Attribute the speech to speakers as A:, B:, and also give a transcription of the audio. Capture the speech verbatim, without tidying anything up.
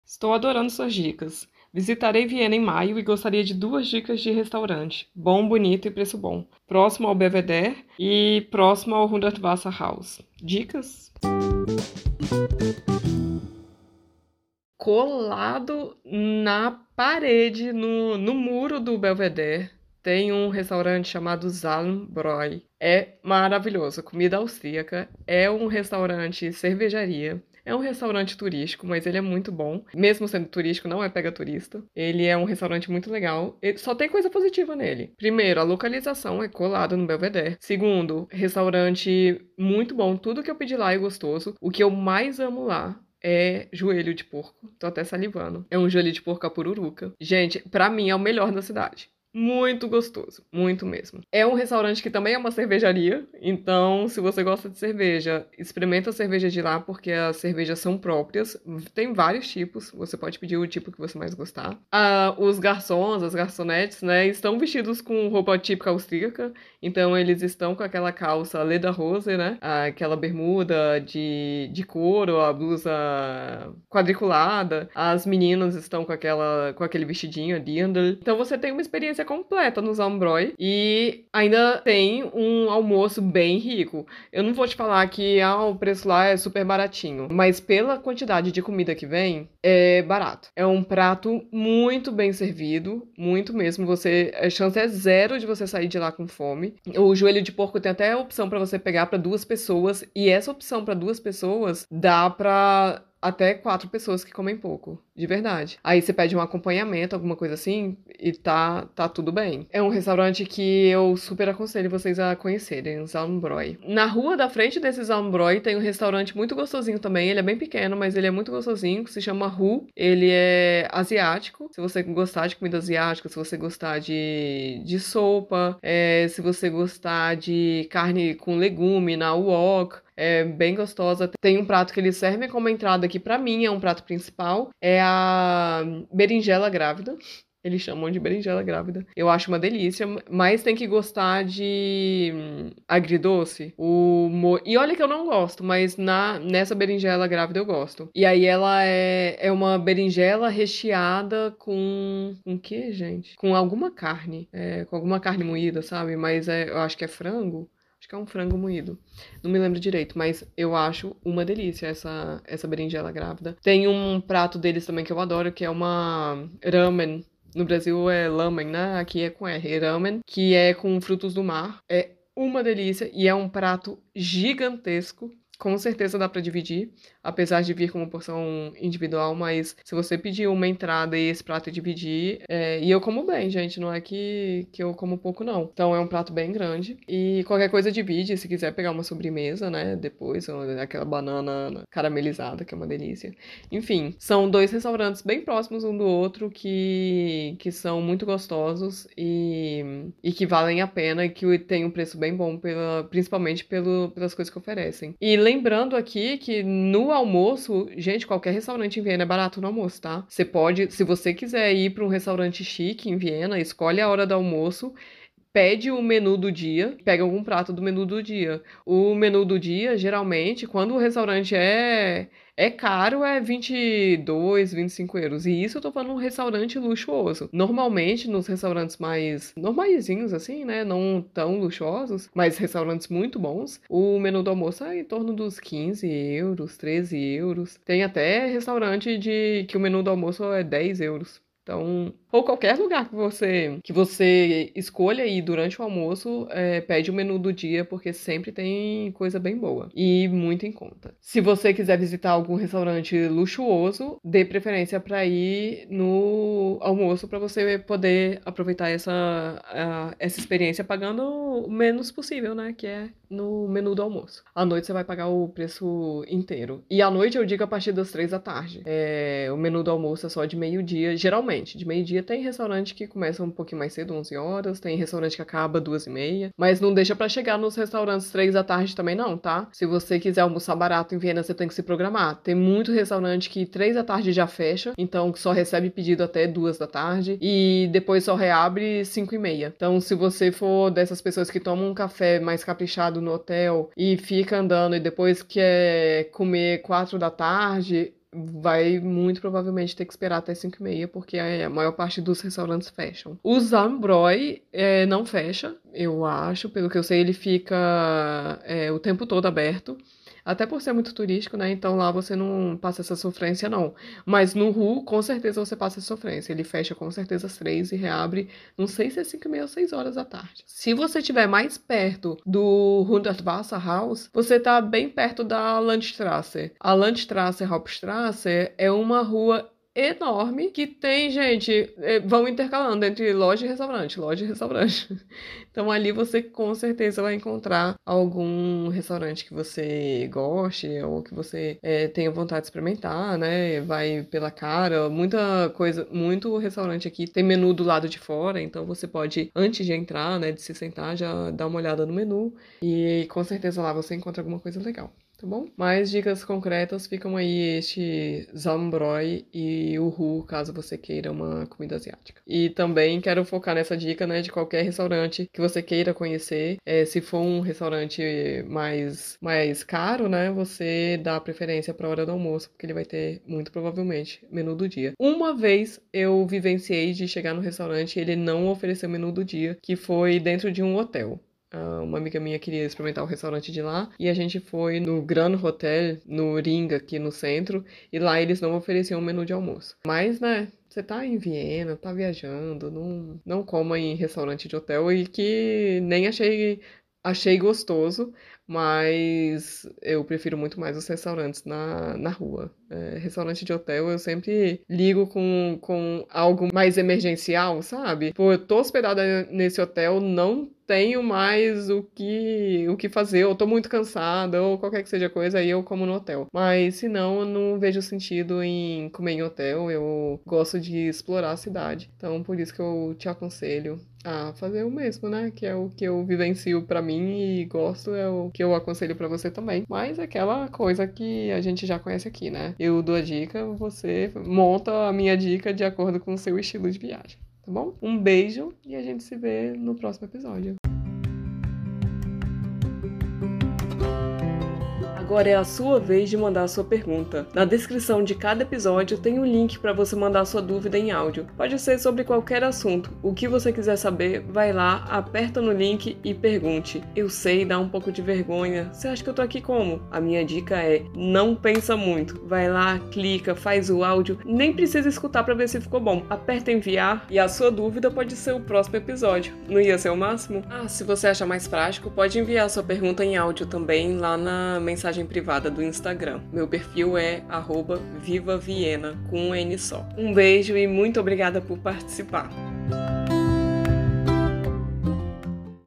A: Estou adorando suas dicas. Visitarei Viena em maio e gostaria de duas dicas de restaurante. Bom, bonito e preço bom. Próximo ao Belvedere e próximo ao Hundertwasserhaus. Dicas? Colado na parede, no, no muro do Belvedere, tem um restaurante chamado Salmbräu. É maravilhoso, comida austríaca. É um restaurante cervejaria. É um restaurante turístico, mas ele é muito bom. Mesmo sendo turístico, não é pega turista. Ele é um restaurante muito legal. Ele só tem coisa positiva nele. Primeiro, a localização é colada no Belvedere. Segundo, restaurante muito bom. Tudo que eu pedi lá é gostoso. O que eu mais amo lá é joelho de porco. Tô até salivando. É um joelho de porco à pururuca. Gente, pra mim é o melhor da cidade. Muito gostoso, muito mesmo. É um restaurante que também é uma cervejaria, então se você gosta de cerveja, experimenta a cerveja de lá porque as cervejas são próprias. Tem vários tipos, você pode pedir o tipo que você mais gostar. Ah, os garçons, as garçonetes, né, estão vestidos com roupa típica austríaca, então eles estão com aquela calça lederhose, né, aquela bermuda de, de couro, a blusa quadriculada. As meninas estão com aquela com aquele vestidinho, a dirndl. Então você tem uma experiência completa no Zalmbroy e ainda tem um almoço bem rico. Eu não vou te falar que ah, o preço lá é super baratinho, mas pela quantidade de comida que vem, é barato. É um prato muito bem servido, muito mesmo. Você, a chance é zero de você sair de lá com fome. O joelho de porco tem até a opção para você pegar para duas pessoas e essa opção para duas pessoas dá para até quatro pessoas que comem pouco, de verdade. Aí você pede um acompanhamento, alguma coisa assim, e tá, tá tudo bem. É um restaurante que eu super aconselho vocês a conhecerem, Zalmbräu. Na rua da frente desse Zalmbräu tem um restaurante muito gostosinho também, ele é bem pequeno, mas ele é muito gostosinho, que se chama Hu. Ele é asiático, se você gostar de comida asiática, se você gostar de, de sopa, é, se você gostar de carne com legume na wok, é bem gostosa. Tem um prato que eles servem como entrada que pra mim é um prato principal, é a berinjela grávida. Eles chamam de berinjela grávida. Eu acho uma delícia, mas tem que gostar de hum, agridoce. O mo... E olha que eu não gosto, mas na... nessa berinjela grávida eu gosto. E aí ela é, é uma berinjela recheada com... Com o que, gente? Com alguma carne. É, com alguma carne moída, sabe? Mas é... eu acho que é frango. Acho que é um frango moído. Não me lembro direito, mas eu acho uma delícia essa, essa berinjela grávida. Tem um prato deles também que eu adoro, que é uma ramen. No Brasil é lamen, né? Aqui é com R, ramen, que é com frutos do mar. É uma delícia e é um prato gigantesco. Com certeza dá pra dividir, apesar de vir com uma porção individual, mas se você pedir uma entrada e esse prato dividir, é... e eu como bem, gente, não é que, que eu como pouco, não. Então é um prato bem grande e qualquer coisa divide, se quiser pegar uma sobremesa, né, depois, aquela banana caramelizada, que é uma delícia. Enfim, são dois restaurantes bem próximos um do outro que, que são muito gostosos e, e que valem a pena e que tem um preço bem bom, pela, principalmente pelo, pelas coisas que oferecem. E lembrando aqui que no almoço, gente, qualquer restaurante em Viena é barato no almoço, tá? Você pode, se você quiser ir para um restaurante chique em Viena, escolhe a hora do almoço, pede o menu do dia, pega algum prato do menu do dia. O menu do dia, geralmente, quando o restaurante é é caro, é vinte e dois, vinte e cinco euros. E isso eu tô falando um restaurante luxuoso. Normalmente, nos restaurantes mais normaizinhos, assim, né? Não tão luxuosos, mas restaurantes muito bons, o menu do almoço é em torno dos quinze euros, treze euros. Tem até restaurante de que o menu do almoço é dez euros. Então, ou qualquer lugar que você que você escolha ir durante o almoço, é, pede o menu do dia, porque sempre tem coisa bem boa e muito em conta. Se você quiser visitar algum restaurante luxuoso, dê preferência para ir no almoço para você poder aproveitar essa, a, essa experiência pagando o menos possível, né? Que é no menu do almoço. À noite você vai pagar o preço inteiro. E à noite eu digo a partir das três da tarde. É, o menu do almoço é só de meio-dia, geralmente. De meio-dia tem restaurante que começa um pouquinho mais cedo, onze horas. Tem restaurante que acaba duas e meia. Mas não deixa pra chegar nos restaurantes três da tarde também não, tá? Se você quiser almoçar barato em Viena, você tem que se programar. Tem muito restaurante que três da tarde já fecha, então só recebe pedido até duas da tarde. E depois só reabre cinco e meia. Então se você for dessas pessoas que tomam um café mais caprichado no hotel e fica andando e depois quer comer quatro da tarde, vai muito provavelmente ter que esperar até cinco e meia, porque a maior parte dos restaurantes fecham. O Zalmbroy é, não fecha, eu acho, pelo que eu sei, ele fica é, o tempo todo aberto. Até por ser muito turístico, né? Então lá você não passa essa sofrência, não. Mas no Ru, com certeza você passa essa sofrência. Ele fecha com certeza às três e reabre, não sei se é cinco e meia ou seis horas da tarde. Se você estiver mais perto do Hundertwasserhaus, você tá bem perto da Landstrasse. A Landstrasse Hauptstrasse é uma rua enorme que tem, gente, vão intercalando entre loja e restaurante, loja e restaurante. Então ali você com certeza vai encontrar algum restaurante que você goste ou que você é, tenha vontade de experimentar, né? Vai pela cara, muita coisa, muito restaurante aqui tem menu do lado de fora, então você pode, antes de entrar, né, de se sentar, já dar uma olhada no menu e com certeza lá você encontra alguma coisa legal. Tá bom? Mais dicas concretas ficam aí este Zalmbroy e o Ru, caso você queira uma comida asiática. E também quero focar nessa dica, né, de qualquer restaurante que você queira conhecer. É, se for um restaurante mais, mais caro, né, você dá preferência para a hora do almoço, porque ele vai ter, muito provavelmente, menu do dia. Uma vez eu vivenciei de chegar no restaurante e ele não ofereceu menu do dia, que foi dentro de um hotel. Uma amiga minha queria experimentar o restaurante de lá e a gente foi no Grand Hotel, no Ring, aqui no centro, e lá eles não ofereciam menu de almoço. Mas, né, você tá em Viena, tá viajando, não, não coma em restaurante de hotel, e que nem achei, achei gostoso, mas eu prefiro muito mais os restaurantes na, na rua. É, restaurante de hotel eu sempre ligo com, com algo mais emergencial, sabe? Pô, eu tô hospedada nesse hotel, não tenho mais o que, o que fazer, ou tô muito cansada, ou qualquer que seja a coisa, aí eu como no hotel. Mas se não, eu não vejo sentido em comer em hotel, eu gosto de explorar a cidade. Então, por isso que eu te aconselho a fazer o mesmo, né? Que é o que eu vivencio pra mim e gosto, é o que eu aconselho pra você também. Mas é aquela coisa que a gente já conhece aqui, né? Eu dou a dica, você monta a minha dica de acordo com o seu estilo de viagem. Tá bom? Um beijo e a gente se vê no próximo episódio. Agora é a sua vez de mandar a sua pergunta. Na descrição de cada episódio tem um link para você mandar sua dúvida em áudio. Pode ser sobre qualquer assunto. O que você quiser saber, vai lá, aperta no link e pergunte. Eu sei, dá um pouco de vergonha. Você acha que eu tô aqui como? A minha dica é, não pensa muito. Vai lá, clica, faz o áudio. Nem precisa escutar para ver se ficou bom. Aperta enviar e a sua dúvida pode ser o próximo episódio. Não ia ser o máximo? Ah, se você achar mais prático, pode enviar sua pergunta em áudio também lá na mensagem privada do Instagram. Meu perfil é arroba vivaviena com um N só. Um beijo e muito obrigada por participar.